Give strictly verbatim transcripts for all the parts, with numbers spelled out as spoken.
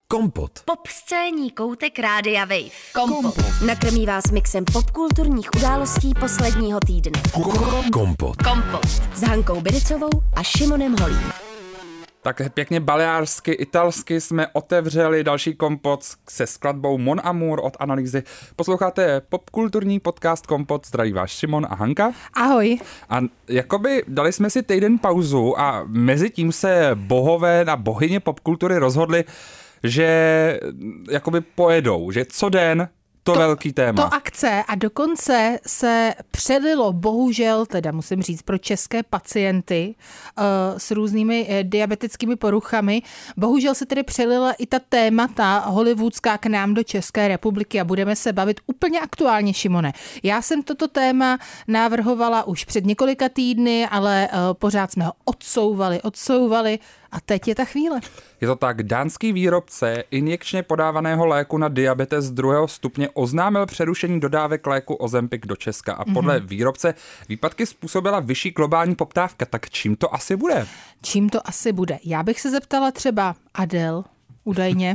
Kompot. Pop scéní koutek Rádia Wave. Kompot. Nakrmí vás mixem popkulturních událostí posledního týdne. Kompot. Kompot. S Hankou Biricovou a Šimonem Holím. Tak pěkně baleársky, italsky jsme otevřeli další kompot se skladbou Mon Amour od Analýzy. Posloucháte popkulturní podcast Kompot, zdraví vás Šimon a Hanka. Ahoj. A jakoby dali jsme si týden pauzu a mezi tím se bohové a bohyně popkultury rozhodli, že jakoby pojedou, že co den to, to velký téma. To akce a dokonce se přelilo, bohužel, teda musím říct, pro české pacienty uh, s různými uh, diabetickými poruchami, bohužel se tedy přelila i ta témata hollywoodská k nám do České republiky a budeme se bavit úplně aktuálně, Šimone. Já jsem toto téma navrhovala už před několika týdny, ale uh, pořád jsme ho odsouvali, odsouvali a teď je ta chvíle. Je to tak, dánský výrobce injekčně podávaného léku na diabetes druhého stupně oznámil přerušení dodávek léku Ozempic do Česka a podle mm-hmm. výrobce výpadky způsobila vyšší globální poptávka. Tak čím to asi bude? Čím to asi bude? Já bych se zeptala třeba Adele, údajně,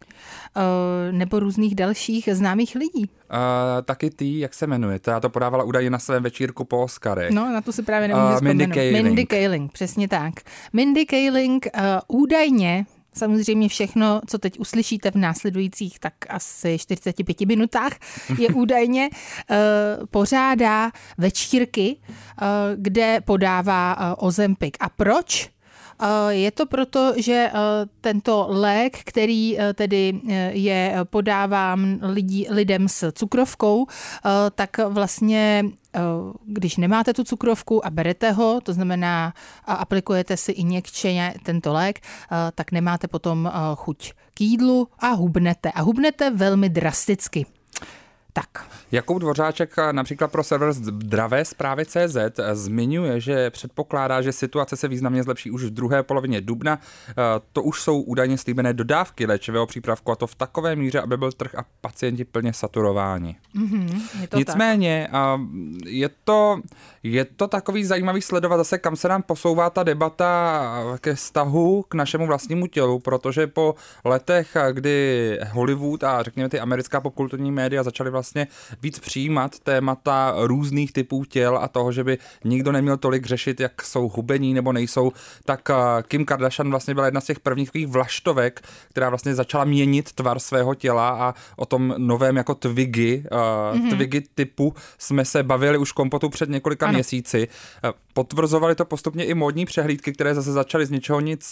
nebo různých dalších známých lidí. Uh, taky ty, jak se jmenuje? Ta to podávala údajně na svém večírku po Oscarech. No, na to si právě nemůžu uh, vzpomenout. Mindy Kaling. Mindy Kaling, přesně tak. Mindy Kaling uh, údajně, samozřejmě všechno, co teď uslyšíte v následujících tak asi čtyřiceti pěti minutách, je údajně uh, pořádá večírky, uh, kde podává uh, Ozempic. A proč? Je to proto, že tento lék, který tedy je podáván lidí, lidem s cukrovkou, tak vlastně, když nemáte tu cukrovku a berete ho, to znamená a aplikujete si injekčně tento lék, tak nemáte potom chuť k jídlu a hubnete. A hubnete velmi drasticky. Tak. Jakub Dvořáček například pro server Zdravé zprávy tečka cé zet zmiňuje, že předpokládá, že situace se významně zlepší už v druhé polovině dubna. To už jsou údajně slíbené dodávky léčivého přípravku a to v takové míře, aby byl trh a pacienti plně saturováni. Mm-hmm, je to Nicméně tak. Je, to, je to takový zajímavý sledovat zase, kam se nám posouvá ta debata ke vztahu k našemu vlastnímu tělu, protože po letech, kdy Hollywood a řekněme ty americká popkulturní média začaly vlastně víc přijímat témata různých typů těl a toho, že by nikdo neměl tolik řešit, jak jsou hubení nebo nejsou, tak Kim Kardashian vlastně byla jedna z těch prvních takových vlaštovek, která vlastně začala měnit tvar svého těla a o tom novém jako Twiggy, mm-hmm. Twiggy typu jsme se bavili už Kompotu před několika ano. měsíci. Potvrzovali to postupně i módní přehlídky, které zase začaly z ničeho nic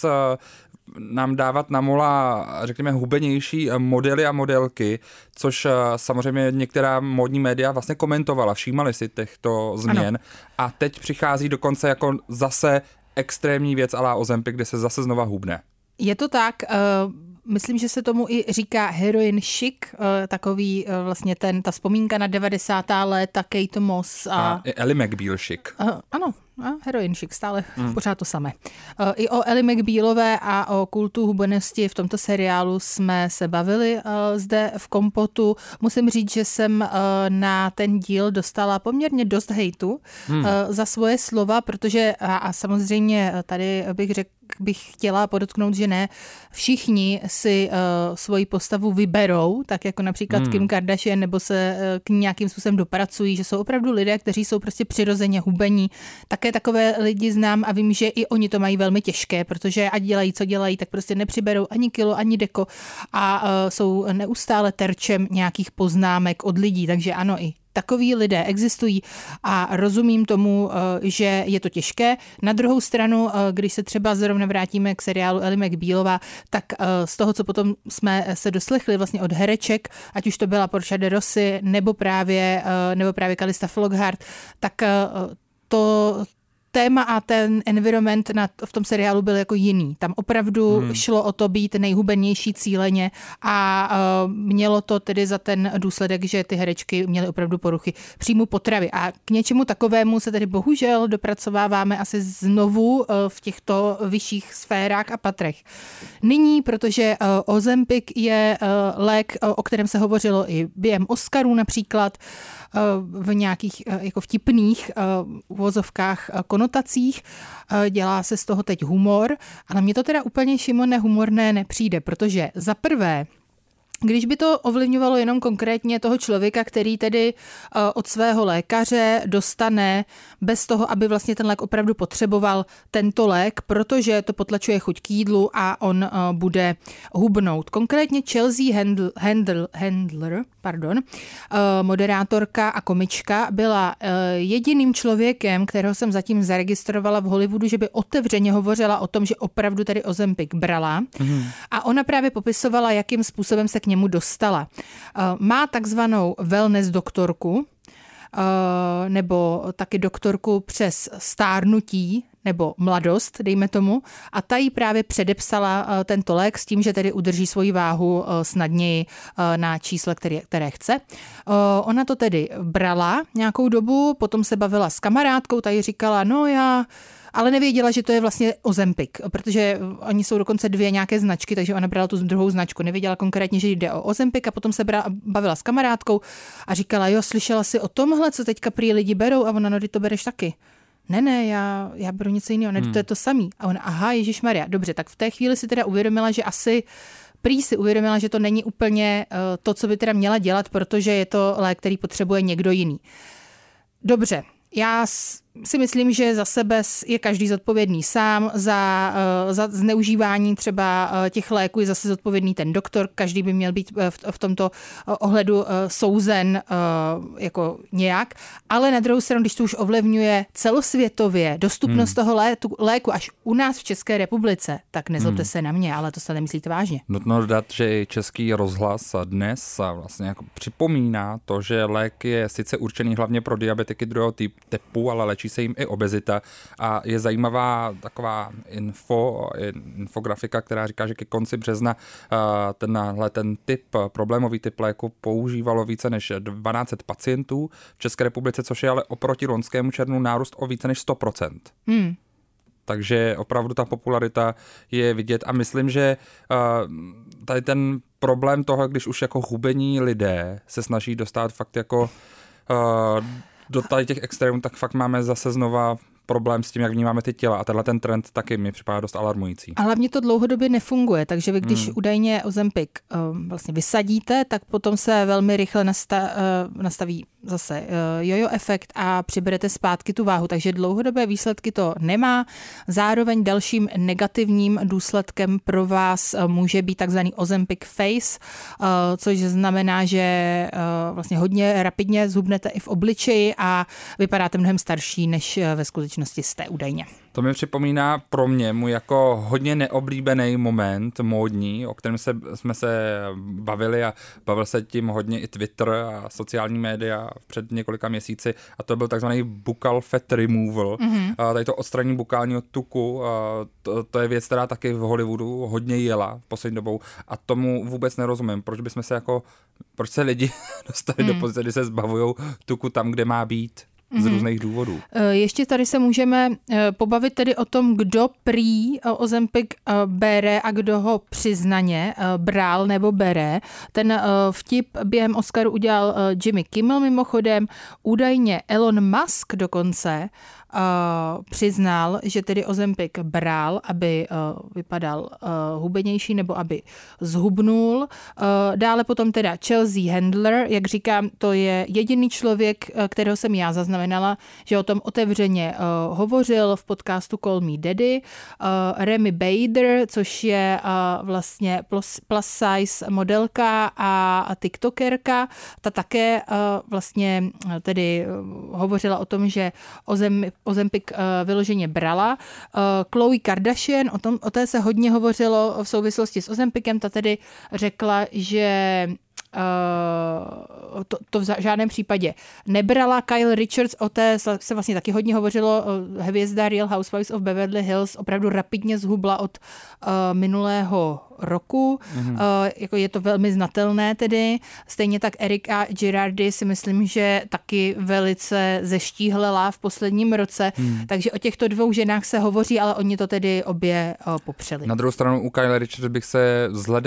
nám dávat na mola, řekněme, hubenější modely a modelky, což samozřejmě některá módní média vlastně komentovala, všímali si těchto změn. Ano. A teď přichází dokonce jako zase extrémní věc a la Ozempic, kde se zase znova hubne. Je to tak, uh... myslím, že se tomu i říká heroin chic, takový vlastně ten, ta vzpomínka na devadesátá léta Kate Moss. A, a Ellie McBeal chic. Uh, ano, a heroin chic, stále mm. pořád to samé. Uh, I o Ellie McBealové a o kultu hubenosti v tomto seriálu jsme se bavili uh, zde v Kompotu. Musím říct, že jsem uh, na ten díl dostala poměrně dost hejtu mm. uh, za svoje slova, protože a, a samozřejmě tady bych řekl, bych chtěla podotknout, že ne všichni si uh, svoji postavu vyberou, tak jako například hmm. Kim Kardashian, nebo se uh, k nějakým způsobem dopracují, že jsou opravdu lidé, kteří jsou prostě přirozeně hubení. Také takové lidi znám a vím, že i oni to mají velmi těžké, protože ať dělají, co dělají, tak prostě nepřiberou ani kilo, ani deko a uh, jsou neustále terčem nějakých poznámek od lidí, takže ano, i takoví lidé existují a rozumím tomu, že je to těžké. Na druhou stranu, když se třeba zrovna vrátíme k seriálu Ellie McBealová, tak z toho, co potom jsme se doslechli vlastně od hereček, ať už to byla Portia de Rossi nebo právě, nebo právě Calista Flockhart, tak to téma a ten environment na, v tom seriálu byl jako jiný. Tam opravdu hmm. šlo o to být nejhubenější cíleně a uh, mělo to tedy za ten důsledek, že ty herečky měly opravdu poruchy příjmu potravy. A k něčemu takovému se tedy bohužel dopracováváme asi znovu uh, v těchto vyšších sférách a patrech. Nyní, protože uh, Ozempic je uh, lék, uh, o kterém se hovořilo i během Oscarů například, uh, v nějakých uh, jako vtipných uh, uvozovkách uh, konotacích, konotacích, dělá se z toho teď humor, ale mně to teda úplně, Šimone, humorné nepřijde, protože za prvé, když by to ovlivňovalo jenom konkrétně toho člověka, který tedy od svého lékaře dostane bez toho, aby vlastně ten lék opravdu potřeboval tento lék, protože to potlačuje chuť k jídlu a on bude hubnout. Konkrétně Chelsea Handl, Handl, Handler, pardon, moderátorka a komička, byla jediným člověkem, kterého jsem zatím zaregistrovala v Hollywoodu, že by otevřeně hovořila o tom, že opravdu tady Ozempic brala. Mm. A ona právě popisovala, jakým způsobem se k němu dostala. Má takzvanou wellness doktorku, nebo taky doktorku přes stárnutí, nebo mladost, dejme tomu, a ta jí právě předepsala tento lék s tím, že tedy udrží svoji váhu snadněji na čísle, které, které chce. Ona to tedy brala nějakou dobu, potom se bavila s kamarádkou, ta jí říkala, no já... ale nevěděla, že to je vlastně Ozempic, protože oni jsou dokonce dvě nějaké značky, takže ona brala tu druhou značku. Nevěděla konkrétně, že jde o Ozempic a potom se bavila s kamarádkou a říkala, jo, slyšela jsi o tomhle, co teďka prý lidi berou, a ona, no, ty to bereš taky. Ne, ne, já, já beru něco jiného, ne, hmm. to je to samý. A ona, aha, ježišmarja, dobře, tak v té chvíli si teda uvědomila, že asi prý si uvědomila, že to není úplně uh, to, co by teda měla dělat, protože je to lék, který potřebuje někdo jiný. Dobře, já si myslím, že za sebe je každý zodpovědný sám, za, za zneužívání třeba těch léků je zase zodpovědný ten doktor, každý by měl být v, v tomto ohledu souzen jako nějak, ale na druhou stranu, když to už ovlivňuje celosvětově dostupnost hmm. toho léku, léku až u nás v České republice, tak nezlobte hmm. se na mě, ale to se nemyslíte vážně. Nutno dodat, že Český rozhlas dnes vlastně jako připomíná to, že lék je sice určený hlavně pro diabetiky druhého typu, ale léčí se jim i obezita, a je zajímavá taková info, infografika, která říká, že ke konci března tenhle ten typ, problémový typ léku používalo více než dvanáct set pacientů v České republice, což je ale oproti loňskému červnu nárůst o více než sto procent. Hmm. Takže opravdu ta popularita je vidět a myslím, že uh, tady ten problém toho, když už jako hubení lidé se snaží dostat fakt jako uh, do tady těch extrémů, tak fakt máme zase znova problém s tím, jak vnímáme ty těla, a tenhle ten trend taky mi připadá dost alarmující. Ale hlavně to dlouhodobě nefunguje, takže vy, když hmm. údajně Ozempic uh, vlastně vysadíte, tak potom se velmi rychle nasta, uh, nastaví zase uh, jojo efekt a přiberete zpátky tu váhu, takže dlouhodobé výsledky to nemá. Zároveň dalším negativním důsledkem pro vás uh, může být takzvaný Ozempic face, uh, což znamená, že uh, vlastně hodně rapidně zhubnete i v obličeji a vypadáte mnohem starší, než uh, ve skutečnosti jste údajně. To mi připomíná pro mě můj jako hodně neoblíbený moment módní, o kterém se, jsme se bavili, a bavil se tím hodně i Twitter a sociální média před několika měsíci, a to byl takzvaný buccal fat removal. Mm-hmm. A tady to odstranění bukálního tuku, a to, to je věc, která taky v Hollywoodu hodně jela v poslední dobou, a tomu vůbec nerozumím, proč bychom se jako, proč se lidi dostali mm. do pozice, kdy se zbavujou tuku tam, kde má být. Z různých důvodů. Ještě tady se můžeme pobavit tedy o tom, kdo prý Ozempic bere a kdo ho přiznaně bral nebo bere. Ten vtip během Oscaru udělal Jimmy Kimmel mimochodem. Údajně Elon Musk dokonce Uh, přiznal, že tedy Ozempic bral, aby uh, vypadal uh, hubenější nebo aby zhubnul. Uh, dále potom teda Chelsea Handler, jak říkám, to je jediný člověk, kterého jsem já zaznamenala, že o tom otevřeně uh, hovořil v podcastu Call Me Daddy. Uh, Remy Bader, což je uh, vlastně plus, plus size modelka a tiktokerka, ta také uh, vlastně tedy uh, hovořila o tom, že Ozem Ozempic uh, vyloženě brala. Uh, Khloe Kardashian, o, tom, o té se hodně hovořilo v souvislosti s Ozempicem, ta tedy řekla, že Uh, to, to v žádném případě nebrala. Kyle Richards, o té se vlastně taky hodně hovořilo, hvězda Real Housewives of Beverly Hills opravdu rapidně zhubla od uh, minulého roku. Mm-hmm. Uh, jako je to velmi znatelné tedy. Stejně tak Erika Girardi si myslím, že taky velice zeštíhlela v posledním roce. Mm. Takže o těchto dvou ženách se hovoří, ale oni to tedy obě uh, popřeli. Na druhou stranu u Kyle Richards bych se vzhledem k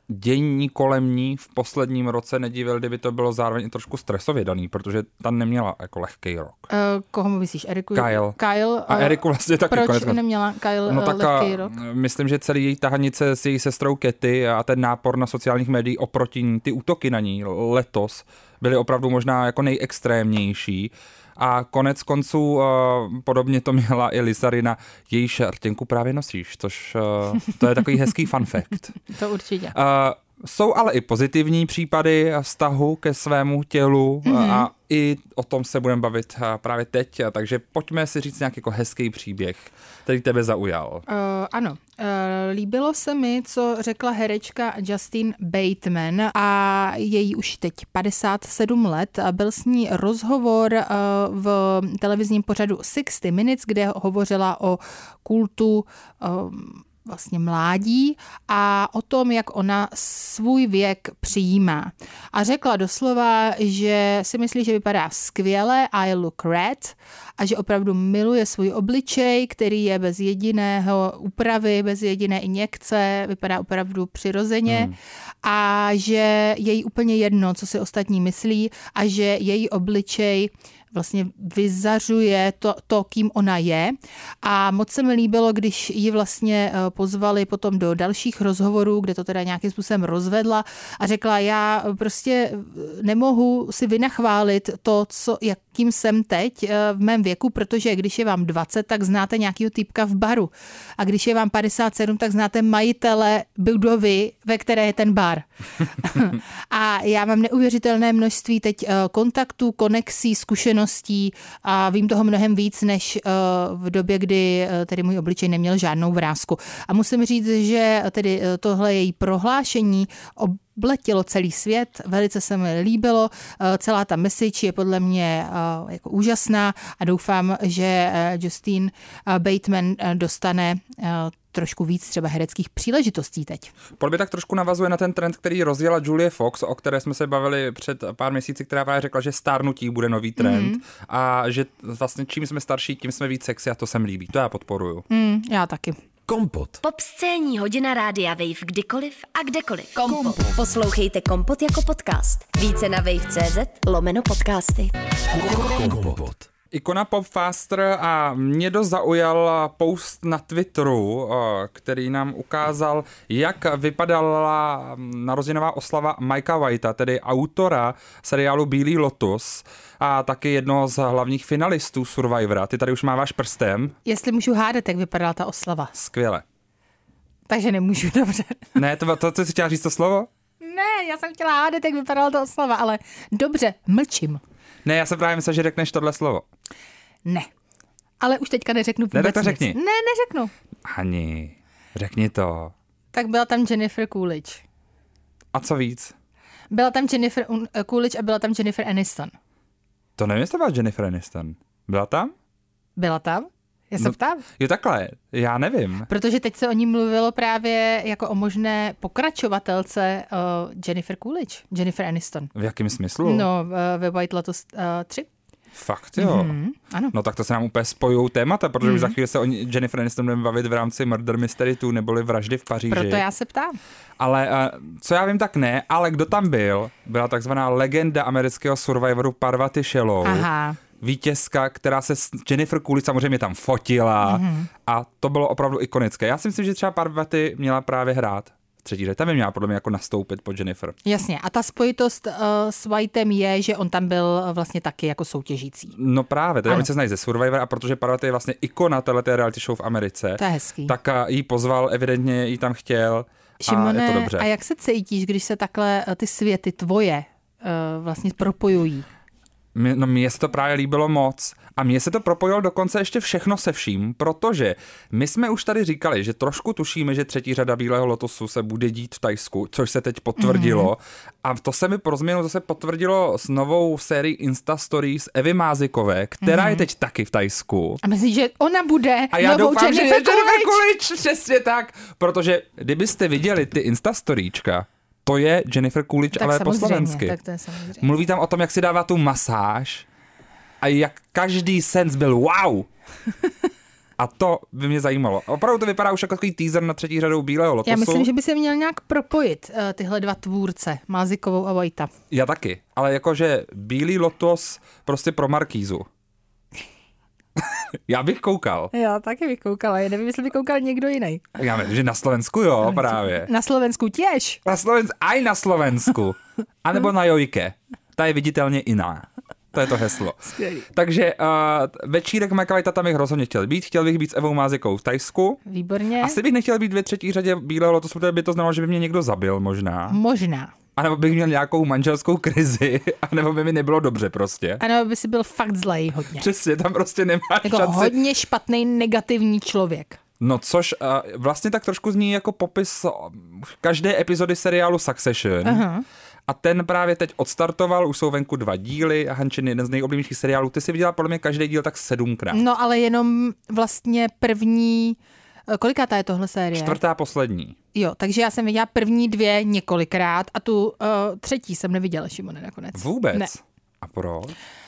dění kolem ní v posledním roce nedivil, kdyby to bylo zároveň i trošku stresově daný, protože tam neměla jako lehký rok. Uh, koho mu myslíš? Eriku? Kyle. Kyle a Eriku vlastně taky. Proč konec neměla Kyle no tak lehký rok? Myslím, že celý její tahanice s její sestrou Katy a ten nápor na sociálních médiích oproti ní, ty útoky na ní letos byly opravdu možná jako nejextrémnější. A konec konců uh, podobně to měla i Lizarina, její šartěnku právě nosíš, což uh, to je takový hezký fun fact. To určitě. Uh, jsou ale i pozitivní případy vztahu ke svému tělu mm-hmm. a i o tom se budeme bavit právě teď, takže pojďme si říct nějaký jako hezký příběh, který tebe zaujal. Uh, ano, uh, líbilo se mi, co řekla herečka Justine Bateman a její už teď padesát sedm let. Byl s ní rozhovor uh, v televizním pořadu šedesát Minutes, kde hovořila o kultu uh, vlastně mládí a o tom, jak ona svůj věk přijímá. A řekla doslova, že si myslí, že vypadá skvěle, I look red, a že opravdu miluje svůj obličej, který je bez jediného úpravy, bez jediné injekce, vypadá opravdu přirozeně hmm. a že je jí úplně jedno, co si ostatní myslí a že její obličej vlastně vyzařuje to, to, kým ona je. A moc se mi líbilo, když ji vlastně pozvali potom do dalších rozhovorů, kde to teda nějakým způsobem rozvedla a řekla, já prostě nemohu si vynachválit to, co, jakým jsem teď v mém věku, protože když je vám dvacet, tak znáte nějakýho týpka v baru. A když je vám padesát sedm, tak znáte majitele budovy, ve které je ten bar. A já mám neuvěřitelné množství teď kontaktů, konexí, zkušeností a vím toho mnohem víc, než v době, kdy tedy můj obličej neměl žádnou vrásku. A musím říct, že tedy tohle její prohlášení obletělo celý svět, velice se mi líbilo, celá ta message je podle mě jako úžasná a doufám, že Justine Bateman dostane trošku víc třeba hereckých příležitostí teď. Podle mě tak trošku navazuje na ten trend, který rozjela Julie Fox, o které jsme se bavili před pár měsíci, která právě řekla, že stárnutí bude nový trend mm. a že vlastně čím jsme starší, tím jsme víc sexy a to se mi líbí. To já podporuju. Mm, já taky. Kompot. Pop scéní hodina rádia Wave kdykoliv a kdekoliv. Kompot. Kompot. Poslouchejte Kompot jako podcast. Více na wave tečka cz lomeno podcasty. Kompot. Ikona Pop Faster a mě dost zaujal post na Twitteru, který nám ukázal, jak vypadala narozeninová oslava Mikea Whitea, tedy autora seriálu Bílý lotus a taky jednoho z hlavních finalistů Survivora. Ty tady už máváš prstem. Jestli můžu hádat, jak vypadala ta oslava. Skvěle. Takže nemůžu, dobře. Ne, to, to, to jsi chtěla říct to slovo? Ne, já jsem chtěla hádat, jak vypadala ta oslava, ale dobře, mlčím. Ne, já jsem právě myslel, že řekneš tohle slovo. Ne, ale už teďka neřeknu vůbec Ne, tak to řekni. Nic. Ne, neřeknu. Hani, řekni to. Tak byla tam Jennifer Coolidge. A co víc? Byla tam Jennifer Coolidge a byla tam Jennifer Aniston. To nevím, jestli byla Jennifer Aniston. Byla tam? Byla tam? Já se no, ptám. Jo, takhle, já nevím. Protože teď se o ní mluvilo právě jako o možné pokračovatelce uh, Jennifer Coolidge, Jennifer Aniston. V jakém smyslu? No, ve White Lotus uh, tři. Fakt jo. Mm, ano. No tak to se nám úplně spojou témata, protože mm. už za chvíli se o Jennifer Aniston budeme bavit v rámci Murder Mystery dva neboli Vraždy v Paříži. Proto já se ptám. Ale uh, co já vím, tak ne, ale kdo tam byl, byla takzvaná legenda amerického Survivoru Parvati Shalhoub. Aha. Vítězka, která se s Jennifer Coolidge samozřejmě tam fotila mm-hmm. a to bylo opravdu ikonické. Já si myslím, že třeba Parvati měla právě hrát třetí řadě. Tam by měla podle mě jako nastoupit po Jennifer. Jasně. A ta spojitost uh, s Whiteem je, že on tam byl vlastně taky jako soutěžící. No právě, tedy oni se znají ze Survivor a protože Parvati je vlastně ikona téhleté reality show v Americe, to je hezký. Tak jí pozval, evidentně jí tam chtěl Šimone, a je to dobře. A jak se cítíš, když se takhle ty světy tvoje uh, vlastně propojují? No mně se to právě líbilo moc a mně se to propojilo dokonce ještě všechno se vším, protože my jsme už tady říkali, že trošku tušíme, že třetí řada Bílého lotosu se bude dít v Thajsku, což se teď potvrdilo mm-hmm. a to se mi pro změnu zase potvrdilo s novou sérií Insta Stories Evy Mázikové, která mm-hmm. je teď taky v Thajsku. A myslím, že ona bude a já novou doufám, Jennifer že je Jennifer Coolidge, přesně tak, protože kdybyste viděli ty Insta Storíčka, to je Jennifer Coolidge, tak ale po slovensky. Tak to je samozřejmě. Mluví tam o tom, jak si dává tu masáž a jak každý sens byl wow. A to by mě zajímalo. Opravdu to vypadá už jako takový teaser na třetí řadou Bílého lotosu. Já myslím, že by se měl nějak propojit uh, tyhle dva tvůrce, Mázikovou a Whitea. Já taky, ale jakože Bílý lotos prostě pro Markízu. Já bych koukal. Já taky bych koukala, já nevím, jestli by koukal někdo jiný. Já myslím, že na Slovensku jo, právě. Na Slovensku těž. Na Slovensku, aj na Slovensku. A nebo na Jojke. Ta je viditelně jiná. To je to heslo. Skvělý. Takže uh, večírek Mike Whitea tam bych rozhodně chtěl být. Chtěl bych být s Evou Mázikou v Tajsku. Výborně. Asi bych nechtěl být ve třetí řadě Bílého lotosu, protože by to znamenalo, že by mě někdo zabil možná. Možná. A nebo bych měl nějakou manželskou krizi, a nebo by mi nebylo dobře prostě. A nebo by si byl fakt zlej hodně. Přesně, tam prostě nemáš jako šanci. hodně špatný, negativní člověk. No což uh, vlastně tak trošku zní jako popis každé epizody seriálu Succession. Aha. A ten právě teď odstartoval, už jsou venku dva díly a Hančin je jeden z nejoblíbenějších seriálů. Ty si viděla podle mě každý díl tak sedmkrát. No ale jenom vlastně první, kolikátá je tohle série? Čtvrtá poslední. Jo, takže já jsem viděla první dvě několikrát a tu uh, třetí jsem neviděla, Šimone, nakonec. Vůbec? Ne. A proč?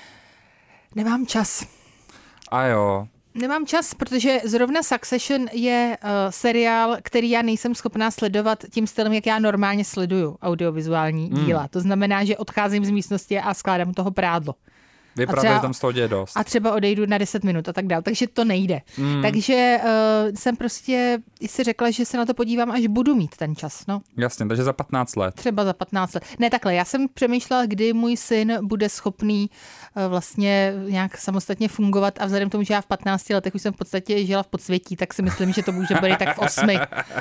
Nemám čas. A jo. Nemám čas, protože zrovna Succession je uh, seriál, který já nejsem schopná sledovat tím stylem, jak já normálně sleduju audiovizuální mm. díla. To znamená, že odcházím z místnosti a skládám toho prádlo. Vypadá, že tam z toho děje dost. A třeba odejdu na deset minut a tak dál, takže to nejde. Mm. Takže uh, jsem prostě si řekla, že se na to podívám, až budu mít ten čas. No. Jasně, takže za patnáct let. Třeba za patnáct let. Ne takhle, já jsem přemýšlela, kdy můj syn bude schopný uh, vlastně nějak samostatně fungovat a vzhledem k tomu, že já v patnácti letech už jsem v podstatě žila v podsvětí, tak si myslím, že to může být tak v osmi.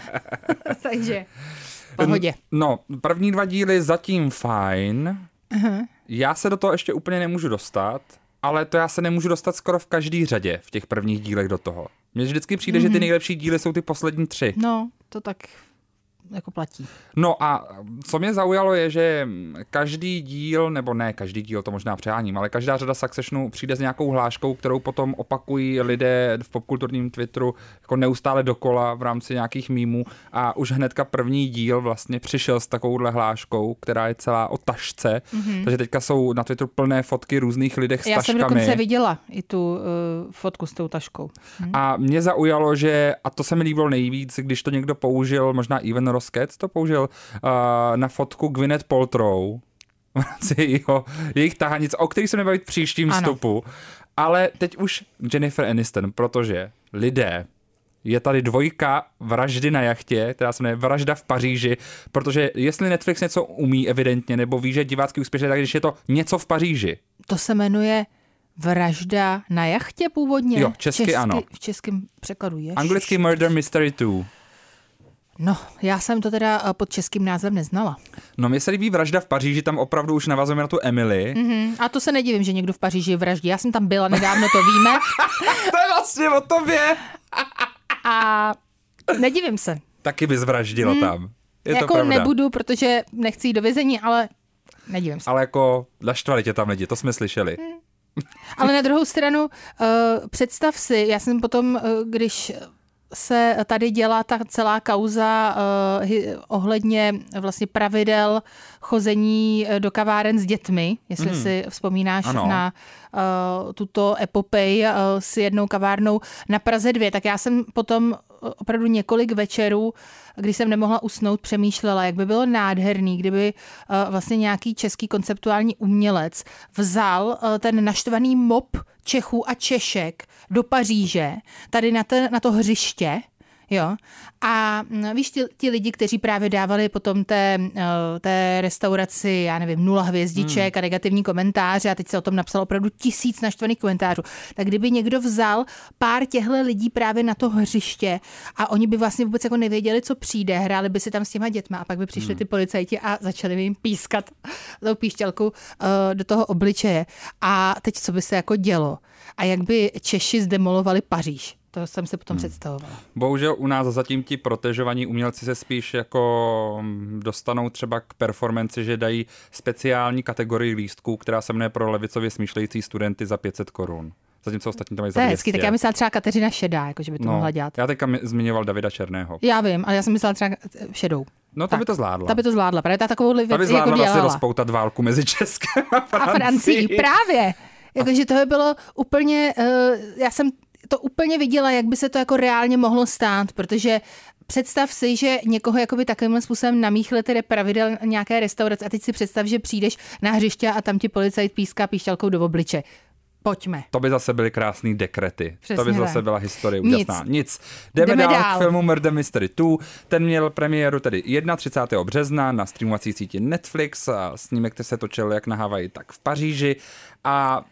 Takže v pohodě. No, první dva díly zatím fajn. Uh-huh. Já se do toho ještě úplně nemůžu dostat, ale to já se nemůžu dostat skoro v každý řadě v těch prvních dílech do toho. Mně vždycky přijde, mm-hmm. že ty nejlepší díly jsou ty poslední tři. No, to tak jako platí. No a co mě zaujalo je, že každý díl, nebo ne každý díl, to možná přeháním, ale každá řada Successionu přijde s nějakou hláškou, kterou potom opakují lidé v popkulturním Twitteru jako neustále dokola v rámci nějakých mýmů a už hnedka první díl vlastně přišel s takovouhle hláškou, která je celá o tašce, mm-hmm. takže teďka jsou na Twitteru plné fotky různých lidech s Já taškami. Já jsem dokonce viděla i tu uh, fotku s tou taškou. Hm. A mě zaujalo, že, a to se mi líbilo nejvíc, když to někdo použil, možná Even Roskets to použil uh, na fotku Gwyneth Paltrow v rámci jeho, jejich tahanic, o kterých se nebavit v příštím ano. vstupu. Ale teď už Jennifer Aniston, protože lidé, je tady dvojka Vraždy na jachtě, která se jmenuje Vražda v Paříži, protože jestli Netflix něco umí evidentně, nebo ví, že je divácky úspěšný, tak když je to Něco v Paříži. To se jmenuje Vražda na jachtě původně? Jo, česky, česky ano. V českém překladu je. Anglicky Murder Mystery dva. No, já jsem to teda pod českým názvem neznala. No, mně se líbí Vražda v Paříži, tam opravdu už navazujeme na tu Emily. Mm-hmm. A to se nedivím, že někdo v Paříži vraždí. Já jsem tam byla nedávno, to víme. To je vlastně o tobě. A nedivím se. Taky bys vraždila mm. tam. Je jako to pravda. Nebudu, protože nechci jít do vězení, ale nedivím se. Ale jako naštvali tě tam lidi, to jsme slyšeli. Mm. Ale na druhou stranu, uh, představ si, já jsem potom, uh, když se tady dělá ta celá kauza uh, ohledně vlastně pravidel chození do kaváren s dětmi, jestli mm. si vzpomínáš ano. na uh, tuto epopej uh, s jednou kavárnou na Praze dvě, tak já jsem potom opravdu několik večerů, když jsem nemohla usnout, přemýšlela, jak by bylo nádherný, kdyby uh, vlastně nějaký český konceptuální umělec vzal uh, ten naštvaný mop Čechů a Češek do Paříže, tady na, te, na to hřiště, jo, a víš, ti, ti lidi, kteří právě dávali potom té, té restauraci, já nevím, nula hvězdiček hmm. a negativní komentáře a teď se o tom napsalo opravdu tisíc naštvaných komentářů, tak kdyby někdo vzal pár těchto lidí právě na to hřiště a oni by vlastně vůbec jako nevěděli, co přijde, hráli by si tam s těma dětma a pak by přišli hmm. ty policajti a začali by jim pískat tou píšťalkou uh, do toho obličeje. A teď co by se jako dělo? A jak by Češi zdemolovali Paříž? To jsem se potom hmm. představovala. Bohužel u nás zatím ti protežovaní umělci se spíš jako dostanou třeba k performanci, že dají speciální kategorii lístků, která se jmenuje pro levicově smýšlející studenty za pět set korun. Zatímco ostatní to mají za dvě stě. Tak já myslela třeba Kateřina Šedá, jako že by to no, mohla dělat. Já teďka zmiňoval Davida Černého. Já vím, ale já jsem myslela třeba Šedou. No ta by to zvládla. Ta by to zvládla, právě ta takovou věc ta by zvládla jako vlastně rozpoutat válku mezi Českem a Francií. A Francií, právě. Jakože to by bylo úplně, uh, já jsem to úplně viděla, jak by se to jako reálně mohlo stát, protože představ si, že někoho jakoby takovým způsobem namíchli tedy pravidel nějaké restaurace a teď si představ, že přijdeš na hřiště a tam ti policajt píská píšťalkou do obliče. Pojďme. To by zase byly krásný dekrety. Přesně to by zase tak. byla historie úžasná. Nic. Nic. Jdeme, Jdeme dál, dál k filmu Murder Mystery dva. Ten měl premiéru tedy třicátého prvního března na streamovací síti Netflix. A snímek se točil jak na Havaji, tak v Paříži. A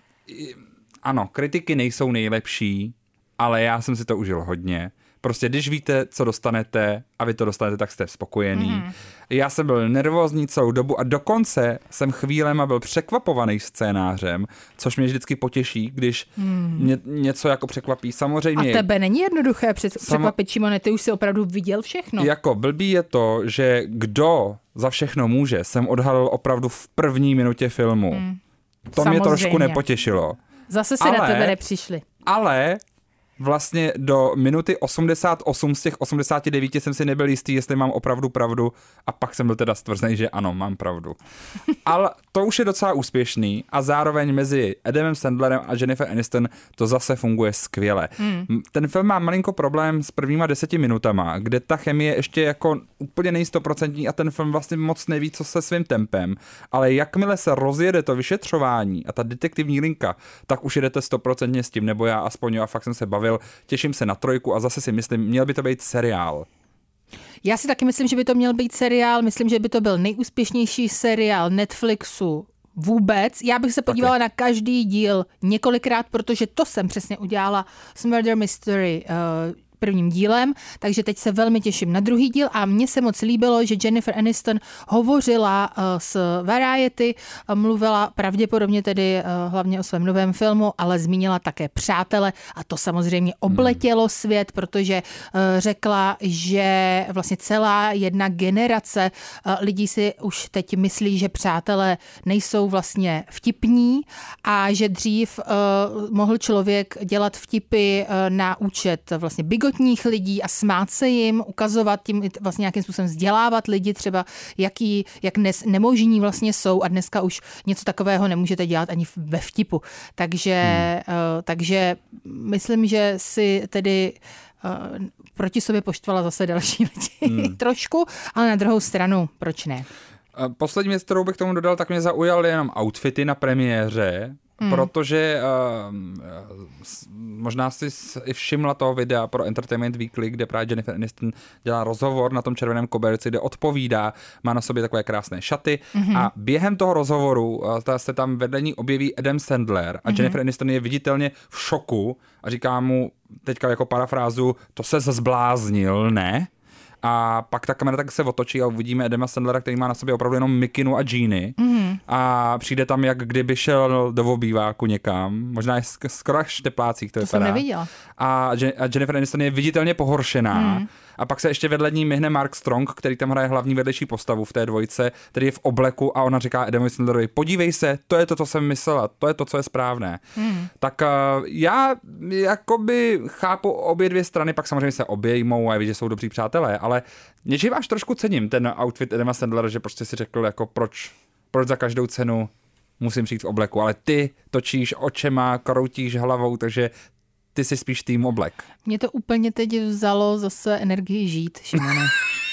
ano, kritiky nejsou nejlepší, ale já jsem si to užil hodně. Prostě když víte, co dostanete a vy to dostanete, tak jste spokojený. Mm. Já jsem byl nervózní celou dobu a dokonce jsem chvílema byl překvapovaný scénářem, což mě vždycky potěší, když mm. mě něco jako překvapí. Samozřejmě. A tebe není jednoduché před, samo... překvapit, Šimone, ty už si opravdu viděl všechno. Jako blbý je to, že kdo za všechno může, jsem odhalil opravdu v první minutě filmu. Mm. To Samozřejmě. Mě trošku nepotěšilo. Zase se ale, na tebe nepřišli. Ale vlastně do minuty osmdesát osm z těch osmdesáti devíti jsem si nebyl jistý, jestli mám opravdu pravdu a pak jsem byl teda stvrzený, že ano, mám pravdu. Ale to už je docela úspěšný a zároveň mezi Adamem Sandlerem a Jennifer Aniston to zase funguje skvěle. Hmm. Ten film má malinko problém s prvníma deseti minutama, kde ta chemie ještě jako úplně není stoprocentní a ten film vlastně moc neví, co se svým tempem, ale jakmile se rozjede to vyšetřování a ta detektivní linka, tak už jedete stoprocentně s tím, nebo já aspoň a fakt jsem se bavil. Těším se na trojku a zase si myslím, měl by to být seriál. Já si taky myslím, že by to měl být seriál. Myslím, že by to byl nejúspěšnější seriál Netflixu vůbec. Já bych se podívala taky na každý díl několikrát, protože to jsem přesně udělala s Murder Mystery uh, prvním dílem, takže teď se velmi těším na druhý díl a mně se moc líbilo, že Jennifer Aniston hovořila uh, s Variety, uh, mluvila pravděpodobně tedy uh, hlavně o svém novém filmu, ale zmínila také Přátele a to samozřejmě obletělo svět, protože uh, řekla, že vlastně celá jedna generace uh, lidí si už teď myslí, že Přátelé nejsou vlastně vtipní a že dřív uh, mohl člověk dělat vtipy uh, na účet vlastně bigot lidí a smát se jim, ukazovat tím vlastně nějakým způsobem vzdělávat lidi třeba, jaký, jak dnes nemožní vlastně jsou a dneska už něco takového nemůžete dělat ani ve vtipu. Takže, hmm. uh, takže myslím, že si tedy uh, proti sobě poštvala zase další lidi. Hmm. Trošku, ale na druhou stranu, proč ne? Poslední věc, kterou bych tomu dodal, tak mě zaujaly jenom outfity na premiéře, Hmm. protože uh, možná si i všimla toho videa pro Entertainment Weekly, kde právě Jennifer Aniston dělá rozhovor na tom červeném koberci, kde odpovídá, má na sobě takové krásné šaty hmm. a během toho rozhovoru uh, se tam vedle ní objeví Adam Sandler a hmm. Jennifer Aniston je viditelně v šoku a říká mu teďka jako parafrázu, to se zbláznil, ne? A pak ta kamera tak se otočí a uvidíme Adama Sandlera, který má na sobě opravdu jenom mikinu a džíny. Mm. A přijde tam, jak kdyby šel do obýváku někam. Možná je skoro až teplácích to, to vypadá. Jsem neviděla. A Jennifer Aniston je viditelně pohoršená. Mm. A pak se ještě vedle ní myhne Mark Strong, který tam hraje hlavní vedlejší postavu v té dvojce, který je v obleku a ona říká Adamu Sandlerovi, podívej se, to je to, co jsem myslela, to je to, co je správné. Mm. Tak uh, já jakoby chápu obě dvě strany, pak samozřejmě se obejmou a ví, že jsou dobří přátelé, ale něčím až trošku cením ten outfit Adama Sandlera, že prostě si řekl, jako proč, proč za každou cenu musím přijít v obleku, ale ty točíš očema, kroutíš hlavou, takže ty jsi spíš tým oblek. Mě to úplně teď vzalo zase energii žít, Šimone.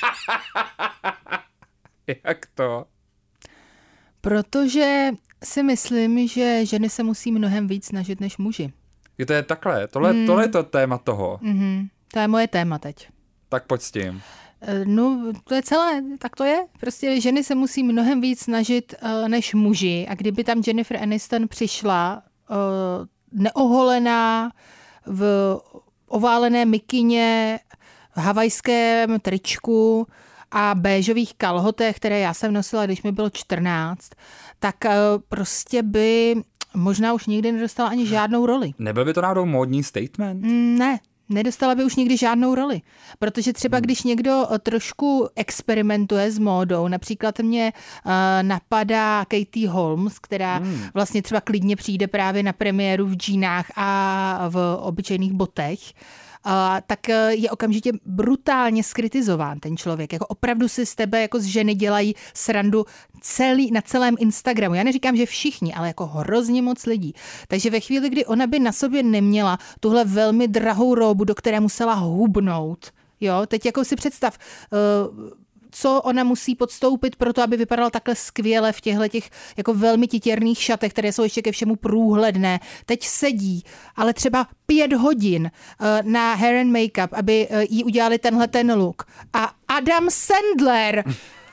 Jak to? Protože si myslím, že ženy se musí mnohem víc snažit než muži. Je to je takhle, tohle, mm. tohle je to téma toho. Mm-hmm. To je moje téma teď. Tak pojď s tím. No, to je celé, tak to je. Prostě ženy se musí mnohem víc snažit uh, než muži. A kdyby tam Jennifer Aniston přišla uh, neoholená, v oválené mikině, v havajském tričku a béžových kalhotech, které já jsem nosila, když mi bylo čtrnáct, tak uh, prostě by možná už nikdy nedostala ani žádnou roli. Nebyl by to náhodou módní statement? Mm, ne. Nedostala by už nikdy žádnou roli, protože třeba hmm. když někdo trošku experimentuje s módou, například mě uh, napadá Katie Holmes, která hmm. vlastně třeba klidně přijde právě na premiéru v džínách a v obyčejných botech tak je okamžitě brutálně skritizován ten člověk. Jako opravdu si z tebe jako z ženy dělají srandu celý, na celém Instagramu. Já neříkám, že všichni, ale jako hrozně moc lidí. Takže ve chvíli, kdy ona by na sobě neměla tuhle velmi drahou róbu, do které musela hubnout, jo, teď jako si představ, uh, co ona musí podstoupit pro to, aby vypadala takhle skvěle v těchto těch jako velmi titěrných šatech, které jsou ještě ke všemu průhledné. Teď sedí, ale třeba pět hodin uh, na hair and make-up, aby uh, jí udělali tenhle ten look. A Adam Sandler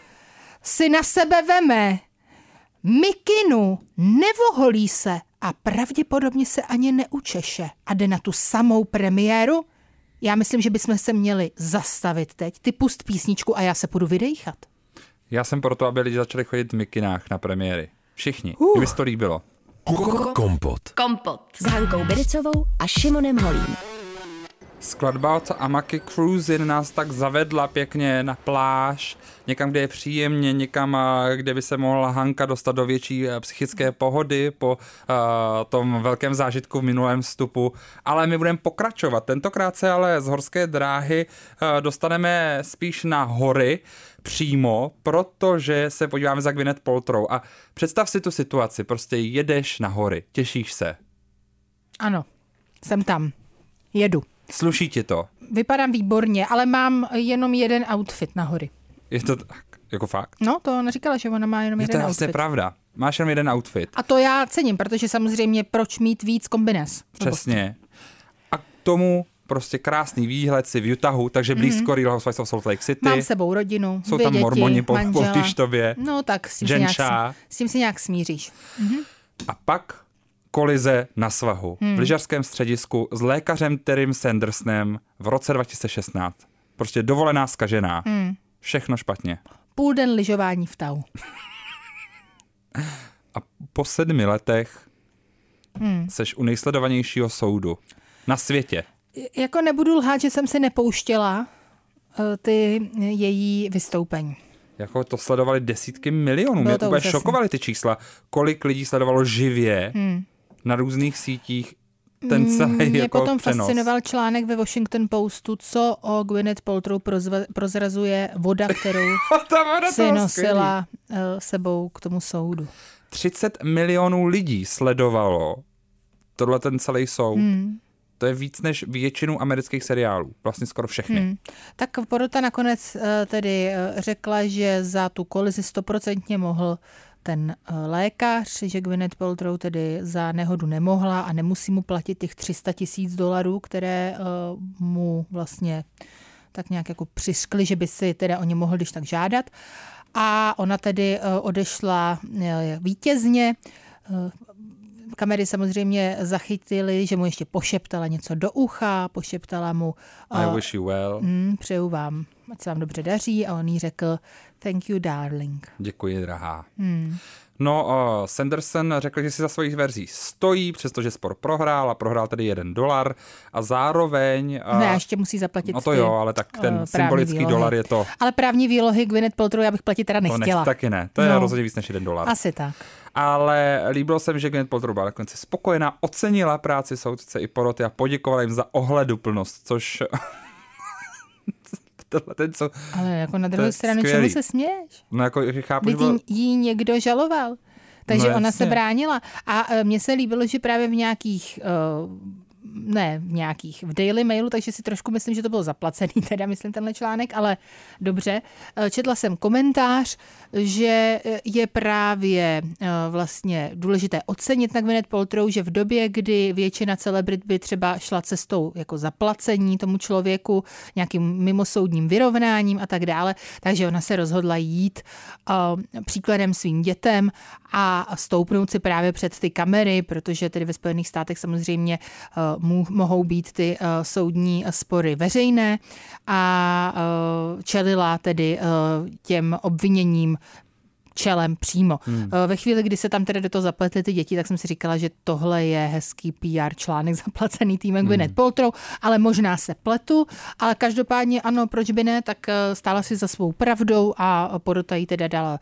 si na sebe veme mikinu, nevoholí se a pravděpodobně se ani neučeše a jde na tu samou premiéru. Já myslím, že bychom se měli zastavit teď. Ty pust písničku a já se půjdu vydejchat. Já jsem proto, aby lidi začali chodit v mikinách na premiéry. Všichni. Uh. Kdyby se to líbilo. Kompot. Kompot s Hankou Bericovou a Šimonem Holím. Skladba od Amaki Cruisin nás tak zavedla pěkně na pláž, někam, kde je příjemně, někam, kde by se mohla Hanka dostat do větší psychické pohody po uh, tom velkém zážitku v minulém vstupu. Ale my budeme pokračovat. Tentokrát se ale z horské dráhy uh, dostaneme spíš na hory přímo, protože se podíváme za Gwyneth Paltrow. A představ si tu situaci, prostě jedeš na hory, těšíš se. Ano, jsem tam, jedu. Sluší ti to? Vypadám výborně, ale mám jenom jeden outfit na hory. Je to tak? Jako fakt? No, to neříkala, že ona má jenom je jeden outfit. To je vlastně pravda. Máš jenom jeden outfit. A to já cením, protože samozřejmě proč mít víc kombines? Přesně. A k tomu prostě krásný výhled si v Utahu, takže blízko mm-hmm. Real Housewives of Salt Lake City. Mám s sebou rodinu, jsou dvě tam děti, mormoni po manžela. Pištově. No tak s tím, si nějak, s tím si nějak smíříš. Mm-hmm. A pak kolize na svahu hmm. v lyžařském středisku s lékařem Terrym Sandersonem v roce dva tisíce šestnáct. Prostě dovolená zkažená. Hmm. Všechno špatně. Půl den lyžování v Tahu. A po sedmi letech hmm. seš u nejsledovanějšího soudu na světě. Jako nebudu lhát, že jsem si nepouštěla uh, ty její vystoupení. Jako to sledovali desítky milionů. Mě úplně šokovaly ty čísla. Kolik lidí sledovalo živě hmm. na různých sítích ten celý Mě jako potom přenos. Fascinoval článek ve Washington Postu, co o Gwyneth Paltrow prozva, prozrazuje voda, kterou voda si nosila uh, sebou k tomu soudu. třicet milionů lidí sledovalo tohle ten celý soud. Hmm. To je víc než většinu amerických seriálů. Vlastně skoro všechny. Hmm. Tak porota nakonec uh, tedy uh, řekla, že za tu kolizi stoprocentně mohl ten uh, lékař, že Gwyneth Paltrow tedy za nehodu nemohla a nemusí mu platit těch tři sta tisíc dolarů, které uh, mu vlastně tak nějak jako přiškly, že by si teda o ně mohl když tak žádat. A ona tedy uh, odešla uh, vítězně. Uh, Kamery samozřejmě zachytily, že mu ještě pošeptala něco do ucha, pošeptala mu uh, I wish you well. Mm, přeju vám, ať se vám dobře daří, a on jí řekl thank you darling. Děkuji, drahá. Hmm. No, uh, Sanderson řekl, že si za svých verzí stojí, přestože spor prohrál a prohrál tedy jeden dolar a zároveň... Uh, ne, ještě musí zaplatit. No to jo, ale tak ten uh, symbolický výlohy. Dolar je to... Ale právní výlohy Gwyneth Paltrow já bych platit teda nechtěla. To nech, taky ne, to je no. rozhodně víc než jeden dolar. Asi tak. Ale líbilo se mi, že Gwyneth Paltrow byla nakonec spokojená, ocenila práci soudce i poroty a poděkovala jim za ohleduplnost, což... Tohle, ten, co, ale jako na druhou stranu, čemu se směješ? No jako chápu, Vždyť byl... jí někdo žaloval, takže no, ona se bránila. A uh, mně se líbilo, že právě v nějakých... Uh, ne v nějakých, v Daily Mailu, takže si trošku myslím, že to bylo zaplacený, teda myslím tenhle článek, ale dobře. Četla jsem komentář, že je právě vlastně důležité ocenit na Gwyneth Paltrow, že v době, kdy většina celebrit by třeba šla cestou jako zaplacení tomu člověku, nějakým mimosoudním vyrovnáním a tak dále, takže ona se rozhodla jít uh, příkladem svým dětem a stoupnout si právě před ty kamery, protože tedy ve Spojených státech samozřejmě uh, mohou být ty uh, soudní spory veřejné a uh, čelila tedy uh, těm obviněním čelem přímo. Hmm. Ve chvíli, kdy se tam tedy do toho zapletly ty děti, tak jsem si říkala, že tohle je hezký P R článek zaplacený týmem hmm. Gwyneth Paltrow, ale možná se pletu, ale každopádně ano, proč by ne, tak stála si za svou pravdou a porota jí teda dala,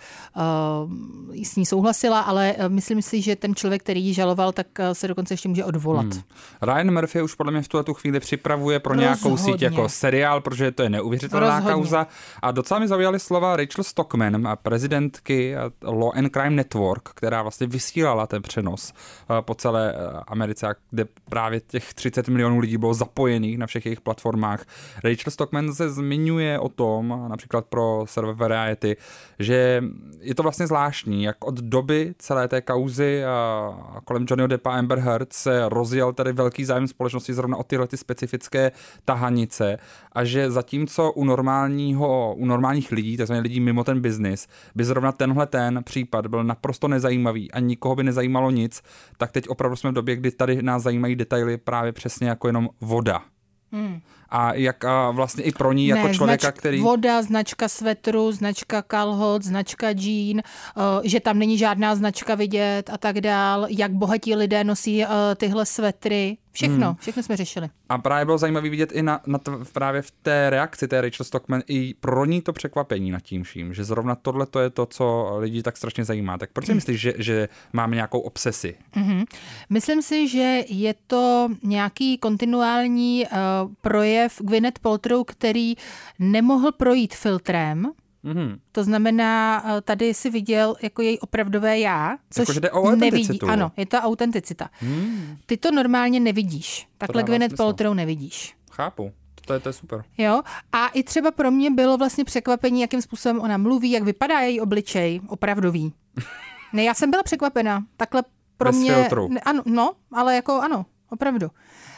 uh, s ní souhlasila, ale myslím si, že ten člověk, který ji žaloval, tak se dokonce ještě může odvolat. Hmm. Ryan Murphy už podle mě v tuhle chvíli připravuje pro nějakou Rozhodně. síť jako seriál, protože to je neuvěřitelná Rozhodně. kauza. A docela mi zaujaly slova Rachel Stockman, prezidentky Law and Crime Network, která vlastně vysílala ten přenos po celé Americe, kde právě těch třicet milionů lidí bylo zapojených na všech jejich platformách. Rachel Stockman se zmiňuje o tom, například pro server Variety, že je to vlastně zvláštní, jak od doby celé té kauzy a kolem Johnnyho Deppa a Amber Heard se rozjel tady velký zájem společnosti zrovna o tyhle ty specifické tahanice a že zatímco u normálního, u normálních lidí, takzvaně lidí mimo ten biznis, by zrovna tenhle ten případ byl naprosto nezajímavý a nikoho by nezajímalo nic, tak teď opravdu jsme v době, kdy tady nás zajímají detaily právě přesně jako jenom voda. Hmm. A jak a vlastně i pro ní jako ne, člověka, značka, který... voda, značka svetru, značka kalhot, značka džín, uh, že tam není žádná značka vidět a tak dál, jak bohatí lidé nosí uh, tyhle svetry. Všechno, hmm. všechno jsme řešili. A právě bylo zajímavé vidět i na, na t- právě v té reakci té Rachel Stockman i pro ní to překvapení nad tím vším, že zrovna tohle to je to, co lidi tak strašně zajímá. Tak proč si myslíš, že, že máme nějakou obsesi? Mm-hmm. Myslím si, že je to nějaký kontinuální uh, projev Gwyneth Paltrow, který nemohl projít filtrem. Mm-hmm. To znamená, tady si viděl jako její opravdové já, což jako, jde o nevidí. Ano, je to autenticita. Hmm. Ty to normálně nevidíš. Takhle Gwyneth Paltrow nevidíš. Chápu. To je, to je super. Jo, a i třeba pro mě bylo vlastně překvapení, jakým způsobem ona mluví, jak vypadá její obličej, opravdový. Ne, já jsem byla překvapena. Takhle pro Bez mě... filtru. Ne, ano, no, ale jako ano, opravdu.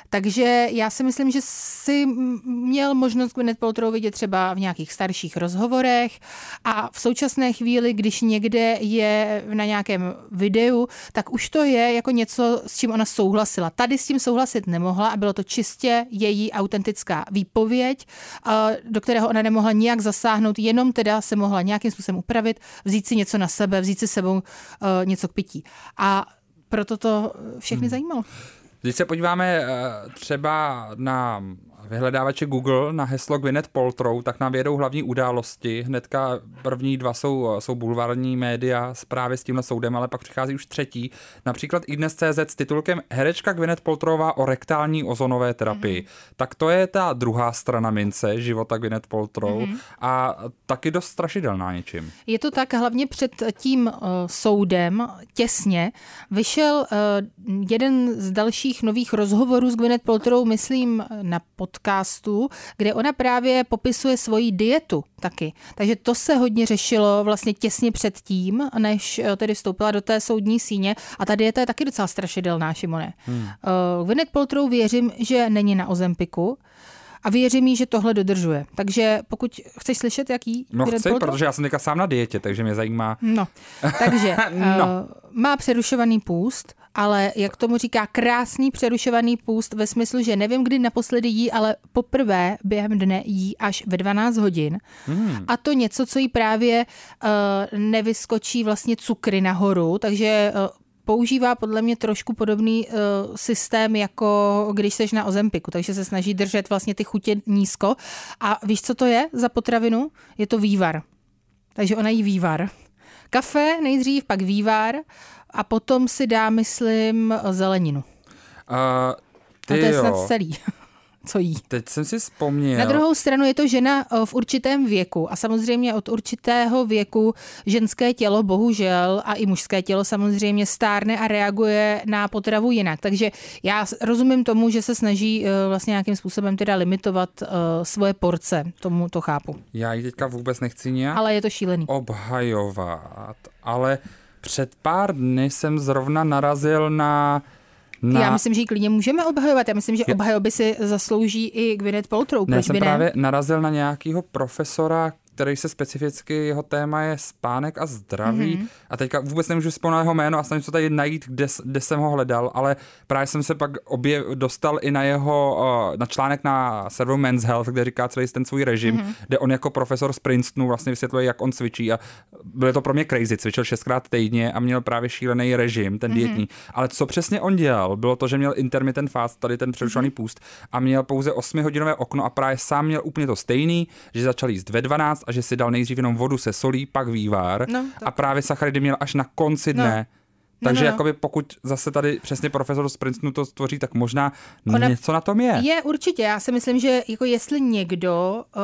Takže já si myslím, že si měl možnost Gwyneth Paltrow vidět třeba v nějakých starších rozhovorech a v současné chvíli, když někde je na nějakém videu, tak už to je jako něco, s čím ona souhlasila. Tady s tím souhlasit nemohla a bylo to čistě její autentická výpověď, do kterého ona nemohla nijak zasáhnout, jenom teda se mohla nějakým způsobem upravit, vzít si něco na sebe, vzít si sebou něco k pití. A proto to všechny hmm. zajímalo. Když se podíváme třeba na vyhledávače Google, na heslo Gwyneth Paltrow, tak nám vědou hlavní události. Hnedka první dva jsou, jsou bulvární média právě s tímhle soudem, ale pak přichází už třetí. Například iDnes tečka cé zet s titulkem Herečka Gwyneth Paltrowová o rektální ozonové terapii. Mm-hmm. Tak to je ta druhá strana mince života Gwyneth Paltrow mm-hmm. a taky dost strašidelná něčím. Je to tak, hlavně před tím uh, soudem těsně vyšel uh, jeden z dalších nových rozhovorů s Gwyneth Paltrow, myslím na podcastu, kde ona právě popisuje svoji dietu taky. Takže to se hodně řešilo vlastně těsně před tím, než tedy vstoupila do té soudní síně a ta dieta je taky docela strašidelná, Šimone. Hmm. Uh, Gwyneth Paltrow věřím, že není na Ozempiku a věřím jí, že tohle dodržuje. Takže pokud chceš slyšet, jaký... No chci, protože já jsem teďka sám na dietě, takže mě zajímá... No, takže no. Uh, má přerušovaný půst, ale jak tomu říká, krásný přerušovaný půst ve smyslu, že nevím, kdy naposledy jí, ale poprvé během dne jí až ve dvanáct hodin. Hmm. A to něco, co jí právě uh, nevyskočí vlastně cukry nahoru, takže uh, používá podle mě trošku podobný uh, systém, jako když seš na Ozempiku, takže se snaží držet vlastně ty chutě nízko. A víš, co to je za potravinu? Je to vývar. Takže ona jí vývar. Kafe nejdřív, pak vývar a potom si dá, myslím, zeleninu. Uh, a to je snad celý, co jí. Teď jsem si vzpomněl. Na druhou stranu je to žena v určitém věku a samozřejmě od určitého věku ženské tělo bohužel a i mužské tělo samozřejmě stárne a reaguje na potravu jinak. Takže já rozumím tomu, že se snaží vlastně nějakým způsobem teda limitovat svoje porce. Tomu to chápu. Já ji teďka vůbec nechci nějak ale je to šílený. obhajovat, ale před pár dny jsem zrovna narazil na... na... Já myslím, že ji klidně můžeme obhajovat. Já myslím, že obhajoby si zaslouží i Gwyneth Paltrow. Proč ne, jsem by ne? právě narazil na nějakého profesora který se specificky, jeho téma je spánek a zdraví. Mm-hmm. A teďka vůbec nemůžu vzpomenout jeho jméno a snažím se tady najít, kde, kde jsem ho hledal, ale právě jsem se pak objev, dostal i na jeho, na článek na serveru Men's Health, kde říká celý ten svůj režim, mm-hmm. kde on jako profesor z Princetonu vlastně vysvětluje, jak on cvičí a bylo to pro mě crazy, cvičil šestkrát týdně a měl právě šílený režim, ten mm-hmm. dietní. Ale co přesně on dělal, bylo to, že měl intermittent fast, tady ten přerušovaný mm-hmm. půst a měl pouze osmihodinové okno a právě sám měl úplně to stejný, že začal jíst ve dvanáct a že si dal nejdřív jenom vodu se solí, pak vývar no, a právě sacharidy měl až na konci dne. No. Takže no, no. Jakoby pokud zase tady přesně profesor z Princetonu to stvoří, tak možná Ona něco na tom je. Je určitě, já si myslím, že jako jestli někdo uh,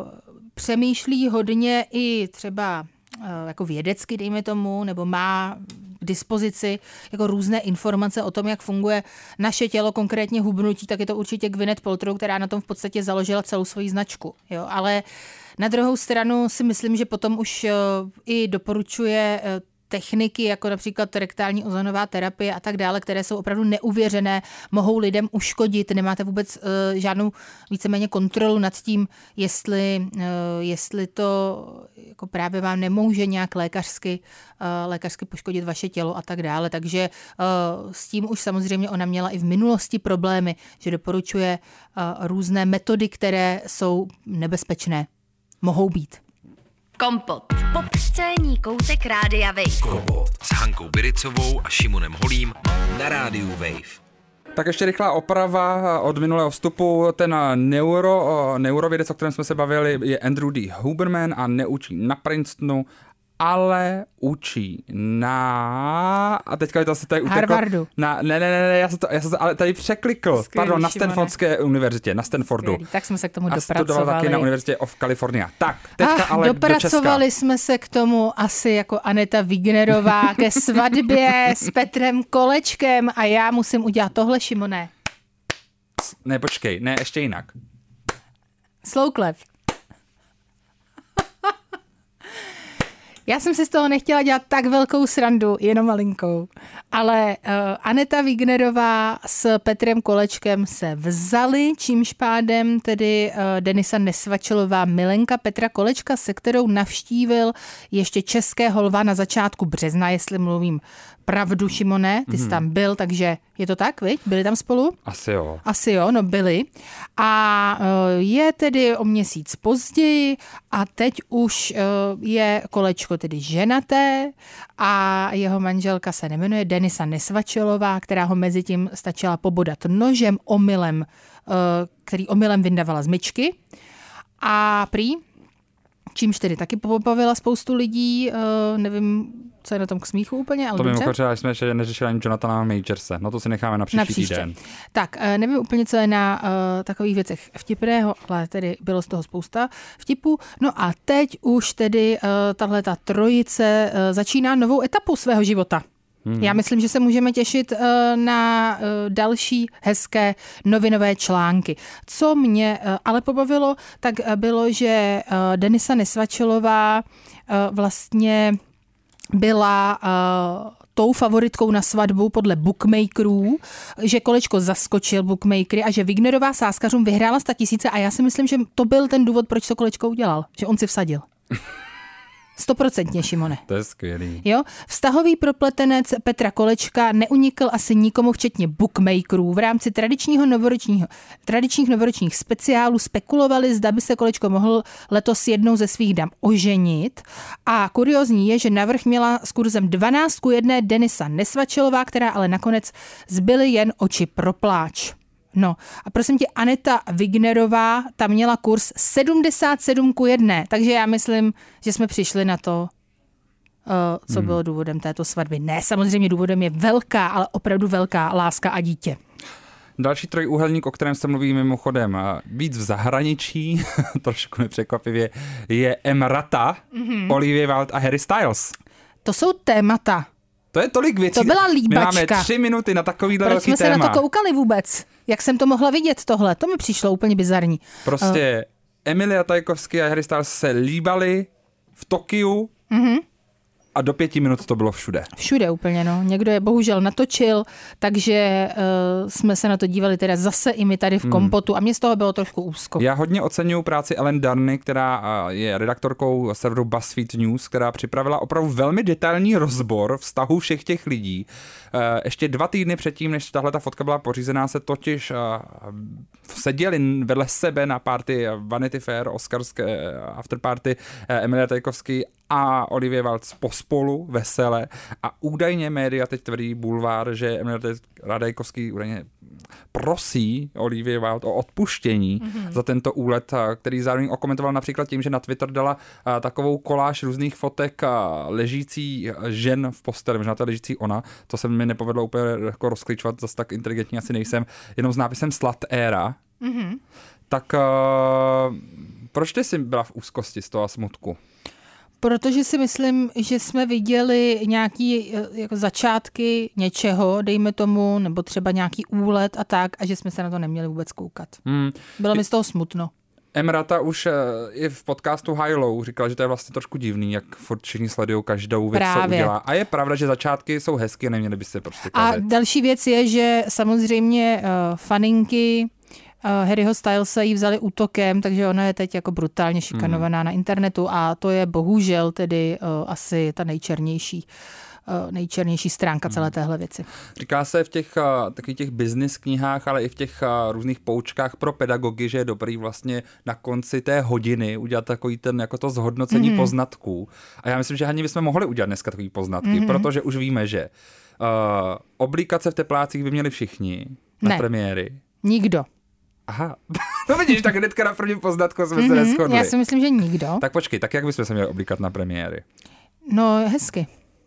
přemýšlí hodně i třeba uh, jako vědecky, dejme tomu, nebo má k dispozici jako různé informace o tom, jak funguje naše tělo, konkrétně hubnutí, tak je to určitě Gwyneth Paltrow, která na tom v podstatě založila celou svoji značku. Jo? Ale na druhou stranu si myslím, že potom už uh, i doporučuje uh, techniky, jako například rektální ozonová terapie a tak dále, které jsou opravdu neuvěřené, mohou lidem uškodit. Nemáte vůbec uh, žádnou víceméně kontrolu nad tím, jestli, uh, jestli to jako právě vám nemůže nějak lékařsky, uh, lékařsky poškodit vaše tělo a tak dále. Takže uh, s tím už samozřejmě ona měla i v minulosti problémy, že doporučuje uh, různé metody, které jsou nebezpečné. Mohou být. Kompot. Popscénní koutek Rádia Wave. Kompot s Hankou Biricovou a Šimonem Holím na Rádiu Wave. Tak ještě rychlá oprava od minulého vstupu. Ten neuro, neurovědec, o kterém jsme se bavili, je Andrew D. Huberman a neučí na Princetonu, ale učí na... A teďka to se tady uteklo. Harvardu. Na, ne, ne, ne, já jsem to, já jsem to ale tady překlikl. Skvělý, Pardon, na Šimone. Stanfordské univerzitě, na Stanfordu. Skvělý, tak jsme se k tomu a dopracovali. A studoval taky na Univerzitě of California. Tak, teďka Ach, ale dopracovali do Česka. jsme se k tomu asi jako Aneta Wignerová ke svatbě s Petrem Kolečkem a já musím udělat tohle, Šimone. Ne, počkej, ne, ještě jinak. Slouklep. Já jsem si z toho nechtěla dělat tak velkou srandu, jenom malinkou. Ale uh, Aneta Wignerová s Petrem Kolečkem se vzali, čímž pádem tedy uh, Denisa Nesvačilová, milenka Petra Kolečka, se kterou navštívil ještě Českého lva na začátku března, jestli mluvím pravdu, Šimone, ty jsi mm. tam byl, takže je to tak, viď? Byli tam spolu? Asi jo. Asi jo, no byli. A uh, je tedy o měsíc později a teď už uh, je Kolečko tedy ženaté a jeho manželka se nejmenuje Denisa Nesvačilová, která ho mezi tím stačila pobodat nožem omylem, uh, který omylem vyndavala z myčky. A prý, čímž tedy taky pobavila spoustu lidí, uh, nevím, co je na tom k smíchu úplně, ale to dobře. To by jsme ještě neřešili ani Jonathana Majorse, no to si necháme na příští, na příště. týden. Tak, nevím úplně, co je na uh, takových věcech vtipného, ale tedy bylo z toho spousta vtipů. No a teď už tedy uh, tahleta trojice uh, začíná novou etapu svého života. Hmm. Já myslím, že se můžeme těšit uh, na uh, další hezké novinové články. Co mě uh, ale pobavilo, tak uh, bylo, že uh, Denisa Nesvačilová uh, vlastně byla uh, tou favoritkou na svatbu podle bookmakerů, že Kolečko zaskočil bookmakery a že Wignerová sázkařům vyhrála sta tisíce a já si myslím, že to byl ten důvod, proč to Kolečko udělal, že on si vsadil. Stoprocentně, Šimone. To je skvělý. Jo? Vztahový propletenec Petra Kolečka neunikl asi nikomu, včetně bookmakerů. V rámci tradičního novoročního, tradičních novoročních speciálů spekulovali, zda by se Kolečko mohl letos jednou ze svých dam oženit. A kuriozní je, že navrch měla s kurzem dvanáct ku jedné Denisa Nesvačilová, která ale nakonec zbyly jen oči pro pláč. No a prosím tě, Aneta Wignerová, tam měla kurz sedmdesát sedm ku jedné, takže já myslím, že jsme přišli na to, uh, co hmm. bylo důvodem této svatby. Ne, samozřejmě důvodem je velká, ale opravdu velká láska a dítě. Další trojúhelník, o kterém se mluví mimochodem víc v zahraničí, trošku nepřekvapivě, je Emrata, mm-hmm. Olivia Wilde a Harry Styles. To jsou témata. To je tolik věcí. To byla líbačka. My máme tři minuty na takovýhle velký téma. Proč jsme se na to koukali vůbec? Jak jsem to mohla vidět tohle? To mi přišlo úplně bizarní. Prostě uh. Emilia Tajkovsky a Harry Styles se líbali v Tokiu mm-hmm. a do pěti minut to bylo všude. Všude úplně, no. Někdo je bohužel natočil, takže uh, jsme se na to dívali teda zase i my tady v Kompotu a mě z toho bylo trošku úzko. Já hodně oceňuju práci Ellen Darney, která uh, je redaktorkou serveru BuzzFeed News, která připravila opravdu velmi detailní rozbor vztahu všech těch lidí. Uh, ještě dva týdny předtím, než tahle ta fotka byla pořízená, se totiž uh, seděli vedle sebe na party Vanity Fair, oscarské afterparty Emilie Ratajkowski a Olivia Wilde pospolu vesele a údajně média teď tvrdí bulvár, že Emilie Ratajkowski údajně prosí Olivia Wilde o odpuštění mm-hmm. za tento úlet, který zároveň okomentoval například tím, že na Twitter dala takovou koláž různých fotek ležící žen v posteli, možná ta ležící ona, to se mi nepovedlo úplně jako rozklíčovat, zase tak inteligentní asi nejsem, jenom s nápisem Slut Era. Mm-hmm. Tak uh, proč ty jsi byla v úzkosti z toho smutku? Protože si myslím, že jsme viděli nějaký jako začátky něčeho, dejme tomu, nebo třeba nějaký úlet a tak, a že jsme se na to neměli vůbec koukat. Hmm. Bylo mi z toho smutno. Emrata už i v podcastu High Low říkala, že to je vlastně trošku divný, jak furt všichni sledují každou věc, co udělá. A je pravda, že začátky jsou hezky a neměly by se prostě kazit. A další věc je, že samozřejmě uh, faninky Harryho Stylese jí vzali útokem, takže ona je teď jako brutálně šikanovaná hmm. na internetu a to je bohužel tedy uh, asi ta nejčernější uh, nejčernější stránka celé téhle věci. Říká se v těch uh, takových těch business knihách, ale i v těch uh, různých poučkách pro pedagogy, že je dobrý vlastně na konci té hodiny udělat takový ten jako to zhodnocení hmm. poznatků. A já myslím, že ani bychom mohli udělat dneska takový poznatky, hmm. protože už víme, že uh, oblíkace v teplácích by měli všichni na ne. premiéry. Nikdo. Aha, no vidíš, tak hnedka na prvním poznatku jsme mm-hmm, se neshodli. Já si myslím, že nikdo. Tak počkej, tak jak bychom se měli oblíkat na premiéry? No, hezky.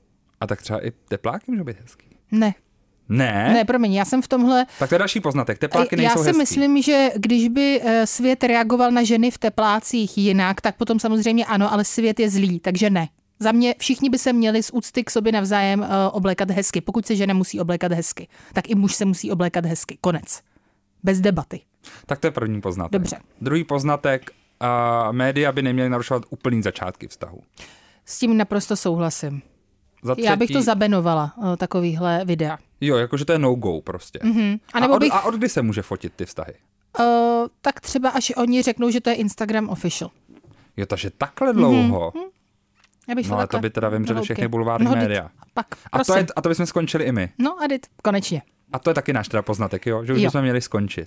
A tak třeba i tepláky můžou být hezký? Ne. Ne? Ne, promiň, já jsem v tomhle... Tak to je další poznatek, tepláky nejsou hezký. Já si myslím, že když by svět reagoval na ženy v teplácích jinak, tak potom samozřejmě ano, ale svět je zlý, takže ne. Za mě všichni by se měli z úcty k sobě navzájem uh, oblékat hezky. Pokud se žena musí oblékat hezky, tak i muž se musí oblékat hezky. Konec. Bez debaty. Tak to je první poznatek. Dobře. Druhý poznatek, uh, média by neměly narušovat úplný začátky vztahu. S tím naprosto souhlasím. Za třetí... Já bych to zabenovala, uh, takovýhle videa. Jo, jakože to je no-go prostě. Mm-hmm. A, a, od, bych... a od kdy se může fotit ty vztahy? Uh, tak třeba až oni řeknou, že to je Instagram official. Jo, takže takhle dlouho. Mm-hmm. Já bych no ale to by teda vymřeli všechny bulvární no, média. Pak, a, to je, a to bychom skončili i my. No a dit, konečně. A to je taky náš teda poznatek, jo? Že už jo. bychom měli skončit.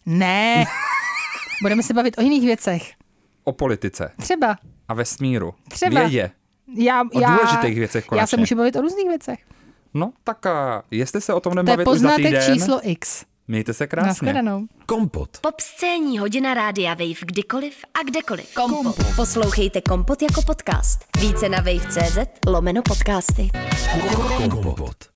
Ne, budeme se bavit o jiných věcech. O politice. Třeba. A vesmíru. Třeba. Vědě. Já, o já, důležitých věcech konečně. Já se můžu bavit o různých věcech. No tak a jestli se o tom nebavit už za týden. To je poznatek číslo X. Mějte se krásně. Nashledanou. Kompot. Popscénní hodina Rádia Wave kdykoliv a kdekoliv. Kompot. Poslouchejte Kompot jako podcast. Více na wave tečka cz lomeno podcasty. Kompot.